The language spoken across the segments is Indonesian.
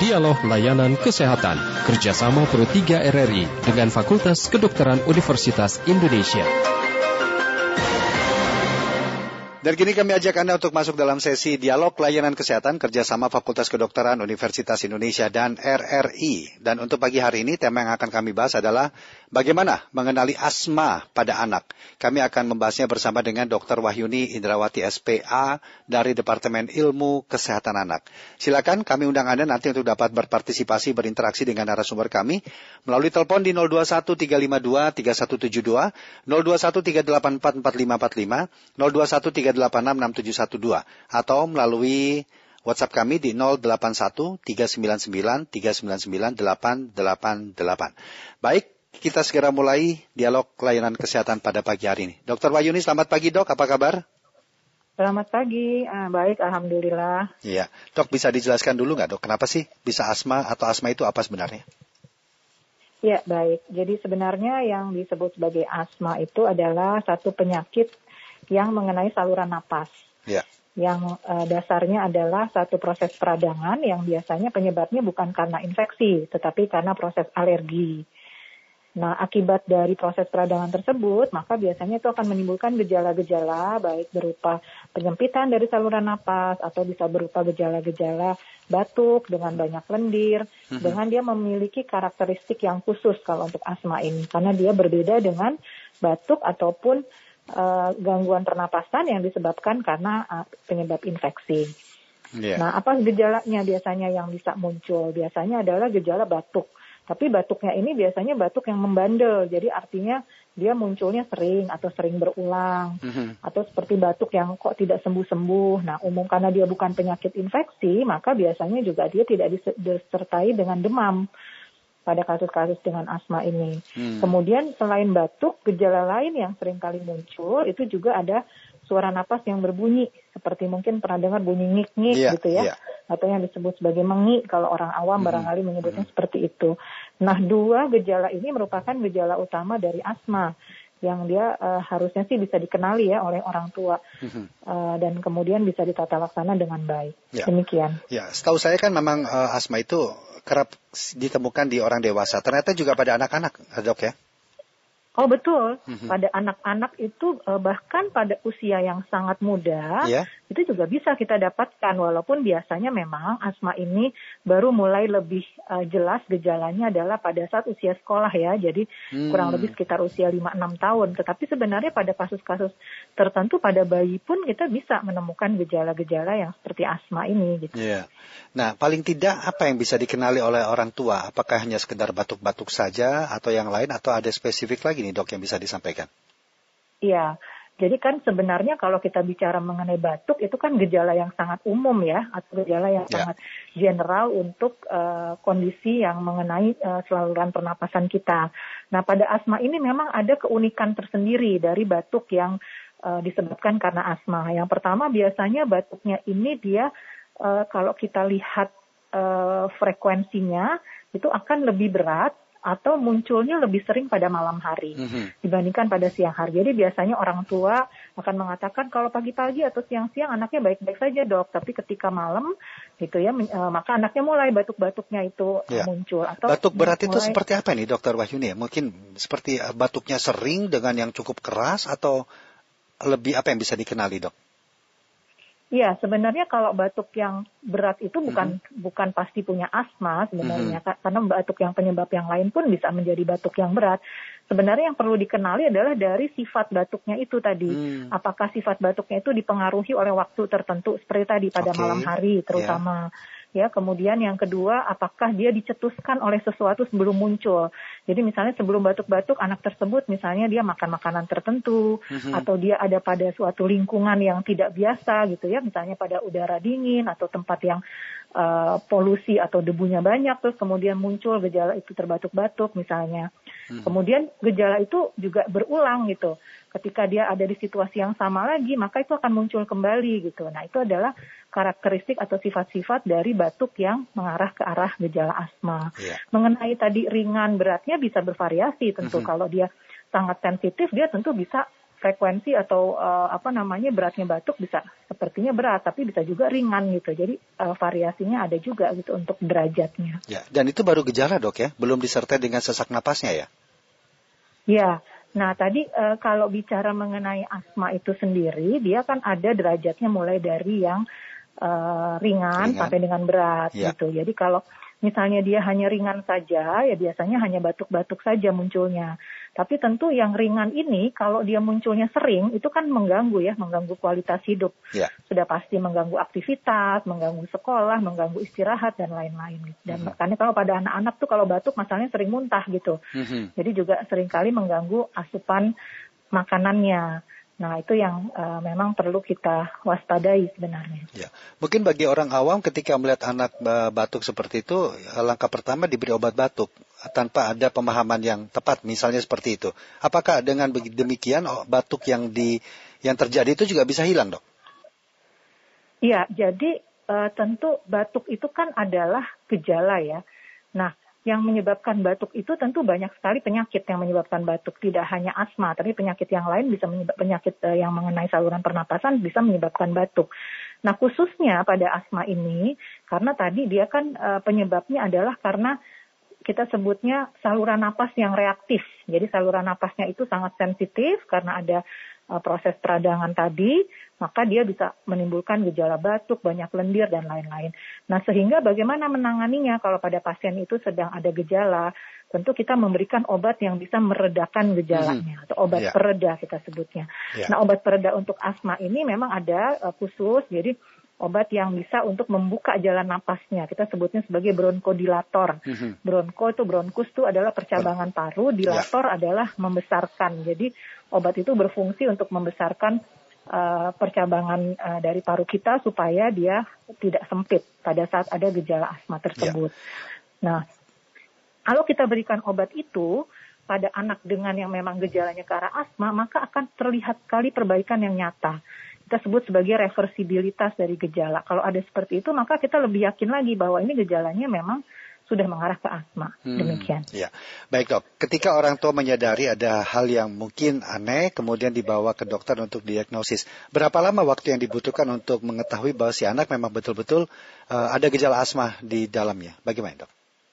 Dialog Layanan Kesehatan kerjasama Pro 3 RRI dengan Fakultas Kedokteran Universitas Indonesia. Dan kini kami ajak Anda untuk masuk dalam sesi Dialog Layanan Kesehatan kerjasama Fakultas Kedokteran Universitas Indonesia dan RRI. Dan untuk pagi hari ini tema yang akan kami bahas adalah bagaimana mengenali asma pada anak. Kami akan membahasnya bersama dengan Dr. Wahyuni Indrawati SPA dari Departemen Ilmu Kesehatan Anak. Silakan kami undang Anda nanti untuk dapat berpartisipasi berinteraksi dengan narasumber kami melalui telepon di 021 352 3172, 021 384 4545, 021 3866712 atau melalui WhatsApp kami di 081 399 399 888. Baik, kita segera mulai dialog layanan kesehatan pada pagi hari ini. Dr. Wahyuni, selamat pagi Dok, apa kabar? Selamat pagi, baik Alhamdulillah. Iya, Dok bisa dijelaskan dulu nggak Dok, kenapa sih bisa asma atau asma itu apa sebenarnya? Ya baik, jadi sebenarnya yang disebut sebagai asma itu adalah satu penyakit yang mengenai saluran napas. Ya. Yang dasarnya adalah satu proses peradangan yang biasanya penyebabnya bukan karena infeksi, tetapi karena proses alergi. Nah, akibat dari proses peradangan tersebut, maka biasanya itu akan menimbulkan gejala-gejala, baik berupa penyempitan dari saluran napas, atau bisa berupa gejala-gejala batuk dengan banyak lendir, dengan dia memiliki karakteristik yang khusus kalau untuk asma ini, karena dia berbeda dengan batuk ataupun gangguan pernapasan yang disebabkan karena penyebab infeksi. Yeah. Nah, apa gejalanya biasanya yang bisa muncul? Biasanya adalah gejala batuk. Tapi batuknya ini biasanya batuk yang membandel. Jadi artinya dia munculnya sering atau sering berulang. Atau seperti batuk yang kok tidak sembuh-sembuh. Nah, karena dia bukan penyakit infeksi, maka biasanya juga dia tidak disertai dengan demam pada kasus-kasus dengan asma ini. Kemudian selain batuk, gejala lain yang sering kali muncul itu juga ada suara napas yang berbunyi. Seperti mungkin pernah dengar bunyi ngik-ngik gitu ya. Atau yang disebut sebagai mengi kalau orang awam barangkali menyebutnya seperti itu. Nah, dua gejala ini merupakan gejala utama dari asma yang dia harusnya sih bisa dikenali ya oleh orang tua dan kemudian bisa ditata laksana dengan baik. Demikian. Ya, setahu saya kan memang asma itu kerap ditemukan di orang dewasa. Ternyata juga pada anak-anak, Dok ya? Oh betul, pada anak-anak itu bahkan pada usia yang sangat muda, itu juga bisa kita dapatkan. Walaupun biasanya memang asma ini baru mulai lebih jelas gejalanya adalah pada saat usia sekolah ya. Jadi kurang lebih sekitar usia 5-6 tahun. Tetapi sebenarnya pada kasus-kasus tertentu pada bayi pun kita bisa menemukan gejala-gejala yang seperti asma ini. Gitu. Nah, paling tidak apa yang bisa dikenali oleh orang tua? Apakah hanya sekedar batuk-batuk saja atau yang lain atau ada spesifik lagi nih Dok yang bisa disampaikan? Iya, jadi kan sebenarnya kalau kita bicara mengenai batuk itu kan gejala yang sangat umum ya, atau gejala yang sangat general untuk kondisi yang mengenai saluran pernapasan kita. Nah, pada asma ini memang ada keunikan tersendiri dari batuk yang disebabkan karena asma. Yang pertama biasanya batuknya ini dia kalau kita lihat frekuensinya itu akan lebih berat atau munculnya lebih sering pada malam hari dibandingkan pada siang hari. Jadi biasanya orang tua akan mengatakan kalau pagi-pagi atau siang-siang anaknya baik-baik saja Dok, tapi ketika malam gitu ya maka anaknya mulai batuk-batuknya itu muncul. Atau batuk berat itu seperti apa nih Dr. Wahyuni? Mungkin seperti batuknya sering dengan yang cukup keras atau lebih apa yang bisa dikenali Dok? Ya, sebenarnya kalau batuk yang berat itu bukan pasti punya asma sebenarnya, karena batuk yang penyebab yang lain pun bisa menjadi batuk yang berat. Sebenarnya yang perlu dikenali adalah dari sifat batuknya itu tadi. Apakah sifat batuknya itu dipengaruhi oleh waktu tertentu seperti tadi pada malam hari terutama. Ya, kemudian yang kedua, apakah dia dicetuskan oleh sesuatu sebelum muncul. Jadi misalnya sebelum batuk-batuk anak tersebut misalnya dia makan makanan tertentu atau dia ada pada suatu lingkungan yang tidak biasa gitu ya, misalnya pada udara dingin atau tempat yang polusi atau debunya banyak, terus kemudian muncul gejala itu terbatuk-batuk misalnya. Kemudian gejala itu juga berulang gitu. Ketika dia ada di situasi yang sama lagi, maka itu akan muncul kembali gitu. Nah, itu adalah karakteristik atau sifat-sifat dari batuk yang mengarah ke arah gejala asma. Mengenai tadi ringan beratnya bisa bervariasi tentu. Kalau dia sangat sensitif, dia tentu bisa frekuensi atau beratnya batuk bisa sepertinya berat, tapi bisa juga ringan gitu. Jadi variasinya ada juga gitu untuk derajatnya. Ya, dan itu baru gejala, Dok, ya? Belum disertai dengan sesak napasnya ya? Ya, nah tadi kalau bicara mengenai asma itu sendiri, dia kan ada derajatnya mulai dari yang ringan sampai dengan berat gitu. Jadi kalau misalnya dia hanya ringan saja, ya biasanya hanya batuk-batuk saja munculnya. Tapi tentu yang ringan ini kalau dia munculnya sering, itu kan mengganggu kualitas hidup. Sudah pasti mengganggu aktivitas, mengganggu sekolah, mengganggu istirahat, dan lain-lain. Dan makanya kalau pada anak-anak tuh kalau batuk masalahnya sering muntah gitu. Jadi juga seringkali mengganggu asupan makanannya. Nah, itu yang memang perlu kita waspadai sebenarnya. Ya. Mungkin bagi orang awam ketika melihat anak batuk seperti itu, langkah pertama diberi obat batuk tanpa ada pemahaman yang tepat, misalnya seperti itu. Apakah dengan demikian batuk yang terjadi itu juga bisa hilang, Dok? Iya, jadi tentu batuk itu kan adalah gejala ya. Nah, yang menyebabkan batuk itu tentu banyak sekali penyakit yang menyebabkan batuk. Tidak hanya asma, tapi penyakit yang lain bisa penyakit yang mengenai saluran pernapasan bisa menyebabkan batuk. Nah, khususnya pada asma ini, karena tadi dia kan penyebabnya adalah karena kita sebutnya saluran napas yang reaktif. Jadi saluran napasnya itu sangat sensitif karena ada proses peradangan tadi, maka dia bisa menimbulkan gejala batuk, banyak lendir, dan lain-lain. Nah, sehingga bagaimana menanganinya kalau pada pasien itu sedang ada gejala, tentu kita memberikan obat yang bisa meredakan gejalanya, atau obat pereda kita sebutnya. Nah, obat pereda untuk asma ini memang ada khusus, jadi obat yang bisa untuk membuka jalan napasnya. Kita sebutnya sebagai bronkodilator. Bronkus itu adalah percabangan paru, dilator adalah membesarkan. Jadi obat itu berfungsi untuk membesarkan percabangan dari paru kita supaya dia tidak sempit pada saat ada gejala asma tersebut. Nah, kalau kita berikan obat itu pada anak dengan yang memang gejalanya ke arah asma, maka akan terlihat sekali perbaikan yang nyata. Kita sebut sebagai reversibilitas dari gejala. Kalau ada seperti itu, maka kita lebih yakin lagi bahwa ini gejalanya memang sudah mengarah ke asma. Demikian. Ya. Baik, Dok. Ketika orang tua menyadari ada hal yang mungkin aneh, kemudian dibawa ke dokter untuk diagnosis, berapa lama waktu yang dibutuhkan untuk mengetahui bahwa si anak memang betul-betul ada gejala asma di dalamnya? Bagaimana, Dok?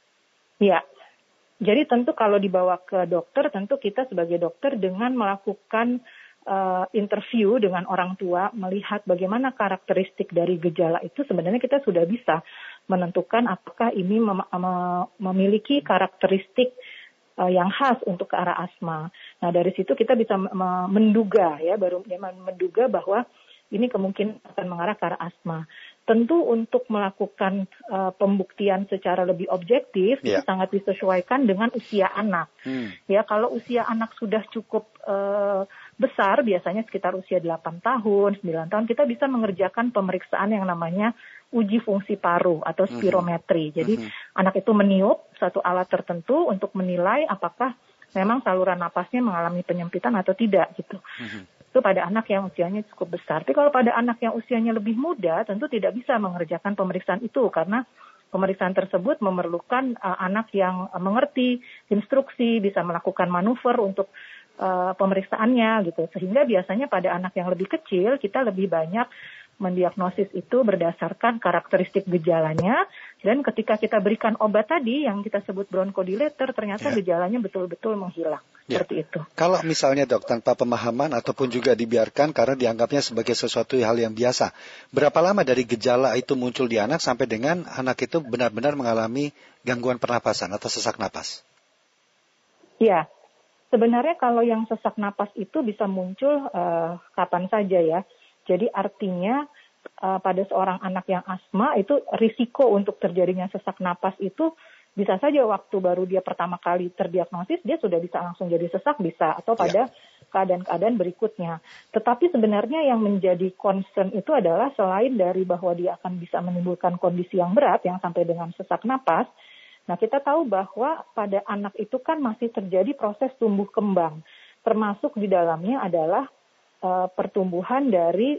Ya. Jadi tentu kalau dibawa ke dokter, tentu kita sebagai dokter dengan melakukan interview dengan orang tua, melihat bagaimana karakteristik dari gejala itu, sebenarnya kita sudah bisa menentukan apakah ini memiliki karakteristik yang khas untuk ke arah asma. Nah, dari situ kita bisa menduga bahwa ini kemungkinan akan mengarah ke arah asma. Tentu untuk melakukan pembuktian secara lebih objektif itu sangat disesuaikan dengan usia anak. Ya, kalau usia anak sudah cukup besar, biasanya sekitar usia 8 tahun, 9 tahun, kita bisa mengerjakan pemeriksaan yang namanya uji fungsi paru atau spirometri. Jadi anak itu meniup satu alat tertentu untuk menilai apakah memang saluran napasnya mengalami penyempitan atau tidak gitu. Itu pada anak yang usianya cukup besar. Tapi kalau pada anak yang usianya lebih muda, tentu tidak bisa mengerjakan pemeriksaan itu karena pemeriksaan tersebut memerlukan anak yang mengerti instruksi, bisa melakukan manuver untuk pemeriksaannya gitu. Sehingga biasanya pada anak yang lebih kecil kita lebih banyak mendiagnosis itu berdasarkan karakteristik gejalanya, dan ketika kita berikan obat tadi yang kita sebut bronkodilator, ternyata gejalanya betul-betul menghilang. Seperti itu. Kalau misalnya, Dok, tanpa pemahaman ataupun juga dibiarkan karena dianggapnya sebagai sesuatu hal yang biasa, berapa lama dari gejala itu muncul di anak sampai dengan anak itu benar-benar mengalami gangguan pernapasan atau sesak napas? Ya. Sebenarnya kalau yang sesak napas itu bisa muncul kapan saja ya. Jadi artinya pada seorang anak yang asma itu risiko untuk terjadinya sesak napas itu bisa saja waktu baru dia pertama kali terdiagnosis dia sudah bisa langsung jadi sesak, bisa, atau pada keadaan-keadaan berikutnya. Tetapi sebenarnya yang menjadi concern itu adalah selain dari bahwa dia akan bisa menimbulkan kondisi yang berat yang sampai dengan sesak napas. Nah, kita tahu bahwa pada anak itu kan masih terjadi proses tumbuh kembang, termasuk di dalamnya adalah pertumbuhan dari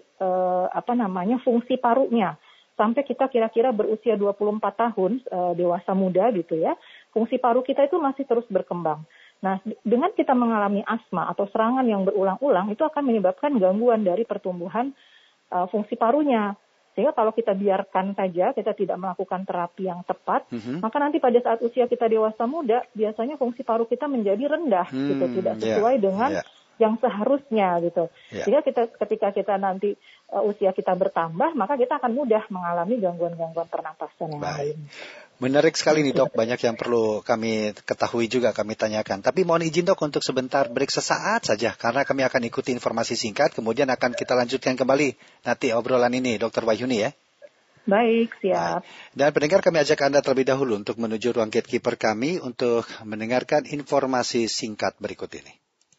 fungsi parunya. Sampai kita kira-kira berusia 24 tahun, dewasa muda gitu ya, fungsi paru kita itu masih terus berkembang. Nah, dengan kita mengalami asma atau serangan yang berulang-ulang, itu akan menyebabkan gangguan dari pertumbuhan fungsi parunya. Sehingga kalau kita biarkan saja, kita tidak melakukan terapi yang tepat, maka nanti pada saat usia kita dewasa muda, biasanya fungsi paru kita menjadi rendah, gitu, tidak sesuai dengan yang seharusnya, gitu. Sehingga ketika kita nanti usia kita bertambah, maka kita akan mudah mengalami gangguan-gangguan pernapasan yang lain. Menarik sekali nih dok, banyak yang perlu kami ketahui juga, kami tanyakan. Tapi mohon izin dok untuk sebentar break sesaat saja, karena kami akan ikuti informasi singkat, kemudian akan kita lanjutkan kembali nanti obrolan ini, Dr. Wahyuni ya. Baik, siap. Dan pendengar, kami ajak Anda terlebih dahulu untuk menuju ruang gatekeeper kami untuk mendengarkan informasi singkat berikut ini.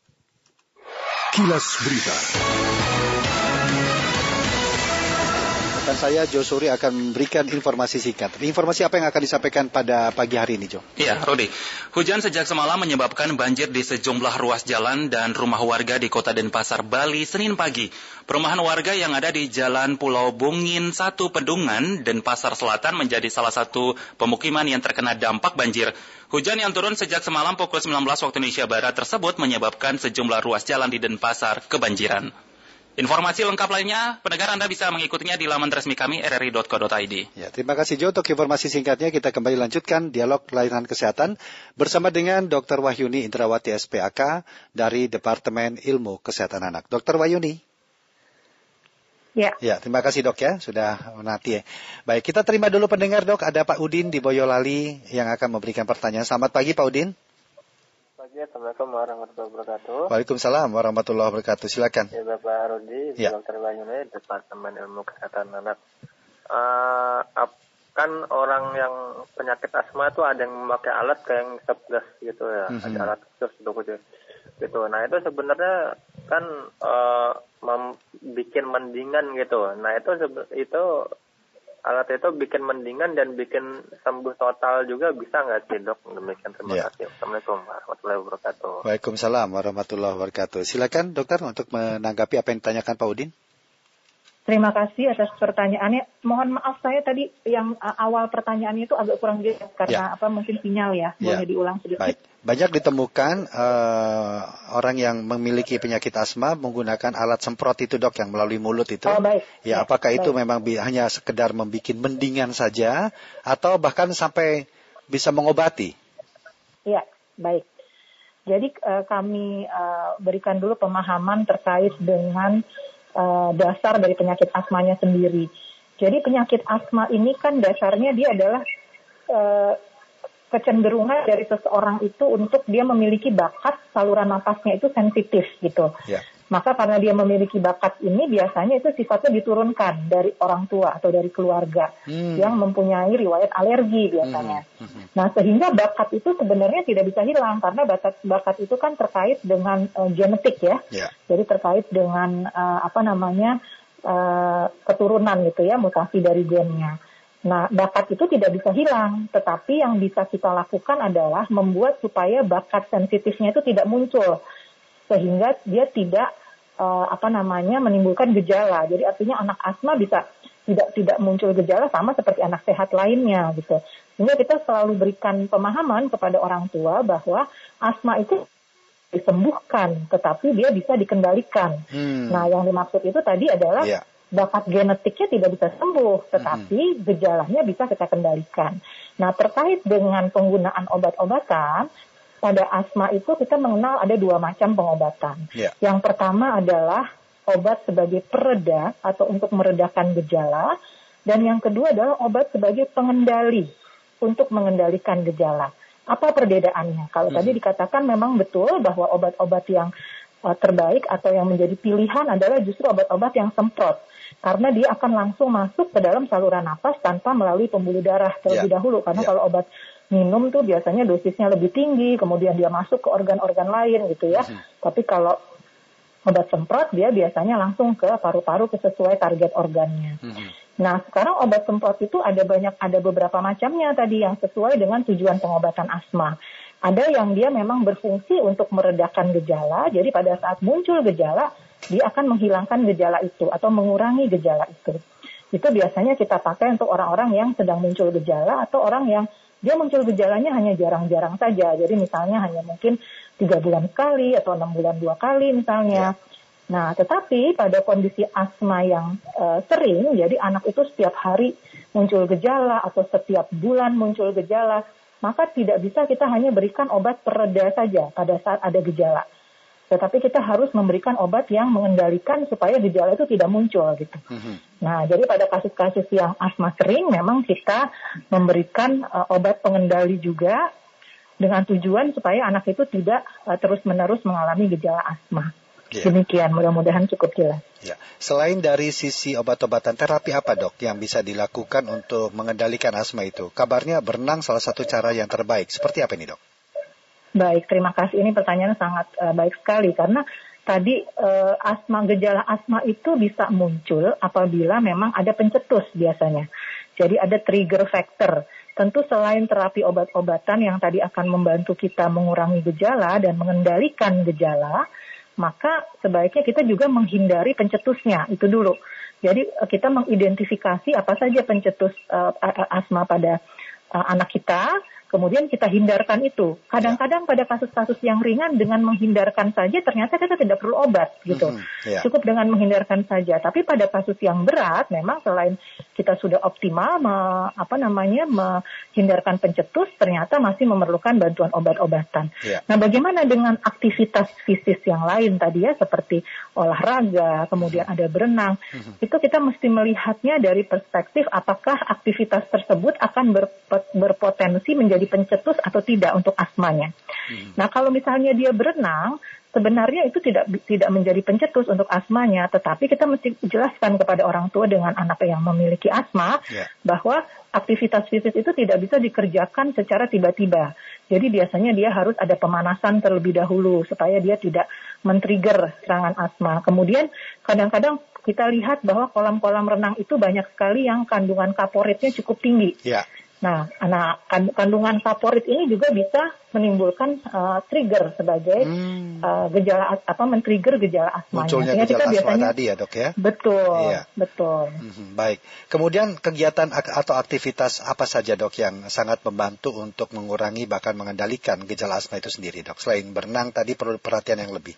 Kilas Berita. Dan saya Jo Suri akan memberikan informasi singkat. Informasi apa yang akan disampaikan pada pagi hari ini, Jo? Iya, Rudi. Hujan sejak semalam menyebabkan banjir di sejumlah ruas jalan dan rumah warga di Kota Denpasar, Bali, Senin pagi. Perumahan warga yang ada di Jalan Pulau Bungin 1 Pedungan, Denpasar Selatan menjadi salah satu pemukiman yang terkena dampak banjir. Hujan yang turun sejak semalam pukul 19 waktu Indonesia Barat tersebut menyebabkan sejumlah ruas jalan di Denpasar kebanjiran. Informasi lengkap lainnya, pendengar Anda bisa mengikutinya di laman resmi kami rri.co.id. Ya, terima kasih Jo untuk informasi singkatnya. Kita kembali lanjutkan dialog layanan kesehatan bersama dengan Dr. Wahyuni Indrawati SPAK dari Departemen Ilmu Kesehatan Anak. Dr. Wahyuni. Ya. Ya, terima kasih dok ya, sudah menanti ya. Baik, kita terima dulu pendengar dok. Ada Pak Udin di Boyolali yang akan memberikan pertanyaan. Selamat pagi Pak Udin. Assalamualaikum warahmatullahi wabarakatuh. Waalaikumsalam warahmatullahi wabarakatuh. Silakan. Ya Bapak Rudi, ya. Dr. Wahyuni, Departemen Ilmu Kesehatan Anak. Kan orang yang penyakit asma itu ada yang memakai alat kayak yang stopgas gitu ya, ada alat khusus gitu. Nah itu sebenarnya kan bikin mendingan gitu. Nah itu alat itu bikin mendingan dan bikin sembuh total juga bisa nggak sih dok? Demikian, terima kasih. Assalamualaikum warahmatullahi wabarakatuh. Waalaikumsalam warahmatullahi wabarakatuh. Silakan dokter untuk menanggapi apa yang ditanyakan Pak Udin. Terima kasih atas pertanyaannya. Mohon maaf saya tadi yang awal pertanyaannya itu agak kurang jelas karena mungkin sinyal ya. Boleh diulang sedikit. Baik. Banyak ditemukan orang yang memiliki penyakit asma menggunakan alat semprot itu dok yang melalui mulut itu. Oh, baik. Ya, apakah itu memang hanya sekedar membuat mendingan saja atau bahkan sampai bisa mengobati? Ya, baik. Jadi kami berikan dulu pemahaman terkait dengan dasar dari penyakit asmanya sendiri. Jadi penyakit asma ini kan dasarnya dia adalah kecenderungan dari seseorang itu untuk dia memiliki bakat saluran nafasnya itu sensitif gitu. Yeah. Maka karena dia memiliki bakat ini biasanya itu sifatnya diturunkan dari orang tua atau dari keluarga yang mempunyai riwayat alergi biasanya. Nah sehingga bakat itu sebenarnya tidak bisa hilang karena bakat itu kan terkait dengan genetik ya. Yeah. Jadi terkait dengan keturunan gitu ya, mutasi dari gennya. Nah, bakat itu tidak bisa hilang, tetapi yang bisa kita lakukan adalah membuat supaya bakat sensitifnya itu tidak muncul, sehingga dia tidak menimbulkan gejala. Jadi artinya anak asma bisa tidak muncul gejala sama seperti anak sehat lainnya gitu. Sehingga kita selalu berikan pemahaman kepada orang tua bahwa asma itu disembuhkan, tetapi dia bisa dikendalikan. Nah, yang dimaksud itu tadi adalah bakat genetiknya tidak bisa sembuh, tetapi gejalanya bisa kita kendalikan. Nah, terkait dengan penggunaan obat-obatan, pada asma itu kita mengenal ada 2 macam pengobatan. Yang pertama adalah obat sebagai pereda atau untuk meredakan gejala, dan yang kedua adalah obat sebagai pengendali untuk mengendalikan gejala. Apa perbedaannya? Kalau tadi dikatakan memang betul bahwa obat-obat yang terbaik atau yang menjadi pilihan adalah justru obat-obat yang semprot. Karena dia akan langsung masuk ke dalam saluran nafas tanpa melalui pembuluh darah terlebih dahulu. Karena kalau obat minum tuh biasanya dosisnya lebih tinggi, kemudian dia masuk ke organ-organ lain gitu ya. Tapi kalau obat semprot dia biasanya langsung ke paru-paru sesuai target organnya. Nah, sekarang obat semprot itu ada beberapa macamnya tadi yang sesuai dengan tujuan pengobatan asma. Ada yang dia memang berfungsi untuk meredakan gejala, jadi pada saat muncul gejala, dia akan menghilangkan gejala itu atau mengurangi gejala itu. Itu biasanya kita pakai untuk orang-orang yang sedang muncul gejala atau orang yang dia muncul gejalanya hanya jarang-jarang saja. Jadi misalnya hanya mungkin 3 bulan sekali atau 6 bulan 2 kali misalnya. Nah, tetapi pada kondisi asma yang sering, jadi anak itu setiap hari muncul gejala atau setiap bulan muncul gejala, maka tidak bisa kita hanya berikan obat pereda saja pada saat ada gejala. Tetapi kita harus memberikan obat yang mengendalikan supaya gejala itu tidak muncul gitu. Nah, jadi pada kasus-kasus yang asma sering memang kita memberikan obat pengendali juga dengan tujuan supaya anak itu tidak terus-menerus mengalami gejala asma. Demikian, mudah-mudahan cukup jelas. Ya. Selain dari sisi obat-obatan, terapi apa dok yang bisa dilakukan untuk mengendalikan asma itu? Kabarnya berenang salah satu cara yang terbaik. Seperti apa ini dok? Baik, terima kasih. Ini pertanyaan sangat baik sekali karena tadi gejala asma itu bisa muncul apabila memang ada pencetus biasanya. Jadi ada trigger factor. Tentu selain terapi obat-obatan yang tadi akan membantu kita mengurangi gejala dan mengendalikan gejala, maka sebaiknya kita juga menghindari pencetusnya, itu dulu. Jadi kita mengidentifikasi apa saja pencetus asma pada anak kita, kemudian kita hindarkan itu. Kadang-kadang pada kasus-kasus yang ringan dengan menghindarkan saja ternyata kita tidak perlu obat gitu. Cukup dengan menghindarkan saja. Tapi pada kasus yang berat memang selain kita sudah optimal menghindarkan pencetus, ternyata masih memerlukan bantuan obat-obatan. Nah, bagaimana dengan aktivitas fisik yang lain tadi ya, seperti olahraga, kemudian ada berenang. Itu kita mesti melihatnya dari perspektif apakah aktivitas tersebut akan berpotensi menjadi pencetus atau tidak untuk asmanya. Nah, kalau misalnya dia berenang, sebenarnya itu tidak menjadi pencetus untuk asmanya, tetapi kita mesti jelaskan kepada orang tua dengan anak yang memiliki asma bahwa aktivitas fisik itu tidak bisa dikerjakan secara tiba-tiba. Jadi biasanya dia harus ada pemanasan terlebih dahulu supaya dia tidak men-trigger serangan asma. Kemudian kadang-kadang kita lihat bahwa kolam-kolam renang itu banyak sekali yang kandungan kaporitnya cukup tinggi. Nah, kandungan kaporit ini juga bisa menimbulkan trigger sebagai gejala men-trigger gejala asmanya. Munculnya gejala asma tadi ya dok ya? Betul, betul. Baik. Kemudian kegiatan atau aktivitas apa saja dok yang sangat membantu untuk mengurangi bahkan mengendalikan gejala asma itu sendiri dok? Selain berenang tadi perlu perhatian yang lebih.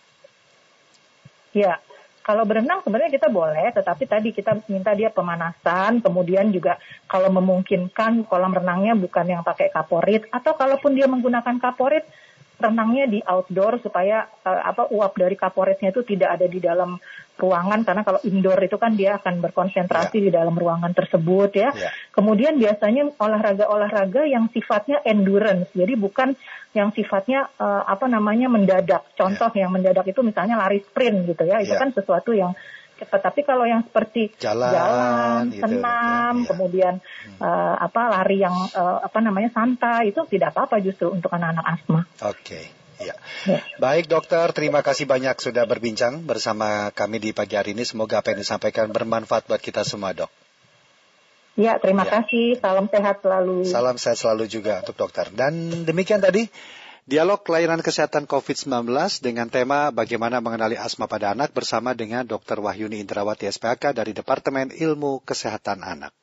Ya. Kalau berenang sebenarnya kita boleh, tetapi tadi kita minta dia pemanasan, kemudian juga kalau memungkinkan kolam renangnya bukan yang pakai kaporit, atau kalaupun dia menggunakan kaporit, renangnya di outdoor supaya uap dari kaporitnya itu tidak ada di dalam ruangan, karena kalau indoor itu kan dia akan berkonsentrasi di dalam ruangan tersebut ya. Kemudian biasanya olahraga-olahraga yang sifatnya endurance, jadi bukan yang sifatnya mendadak. Contoh yang mendadak itu misalnya lari sprint gitu ya, itu kan sesuatu yang cepat. Tapi kalau yang seperti jalan gitu, senam, kemudian lari yang santai, itu tidak apa-apa justru untuk anak-anak asma. Ya. Baik dokter, terima kasih banyak sudah berbincang bersama kami di pagi hari ini. Semoga apa yang disampaikan bermanfaat buat kita semua dok. Ya, terima kasih. Salam sehat selalu. Salam sehat selalu juga untuk dokter. Dan demikian tadi dialog layanan kesehatan COVID-19 dengan tema bagaimana mengenali asma pada anak bersama dengan Dr. Wahyuni Indrawati SPK dari Departemen Ilmu Kesehatan Anak.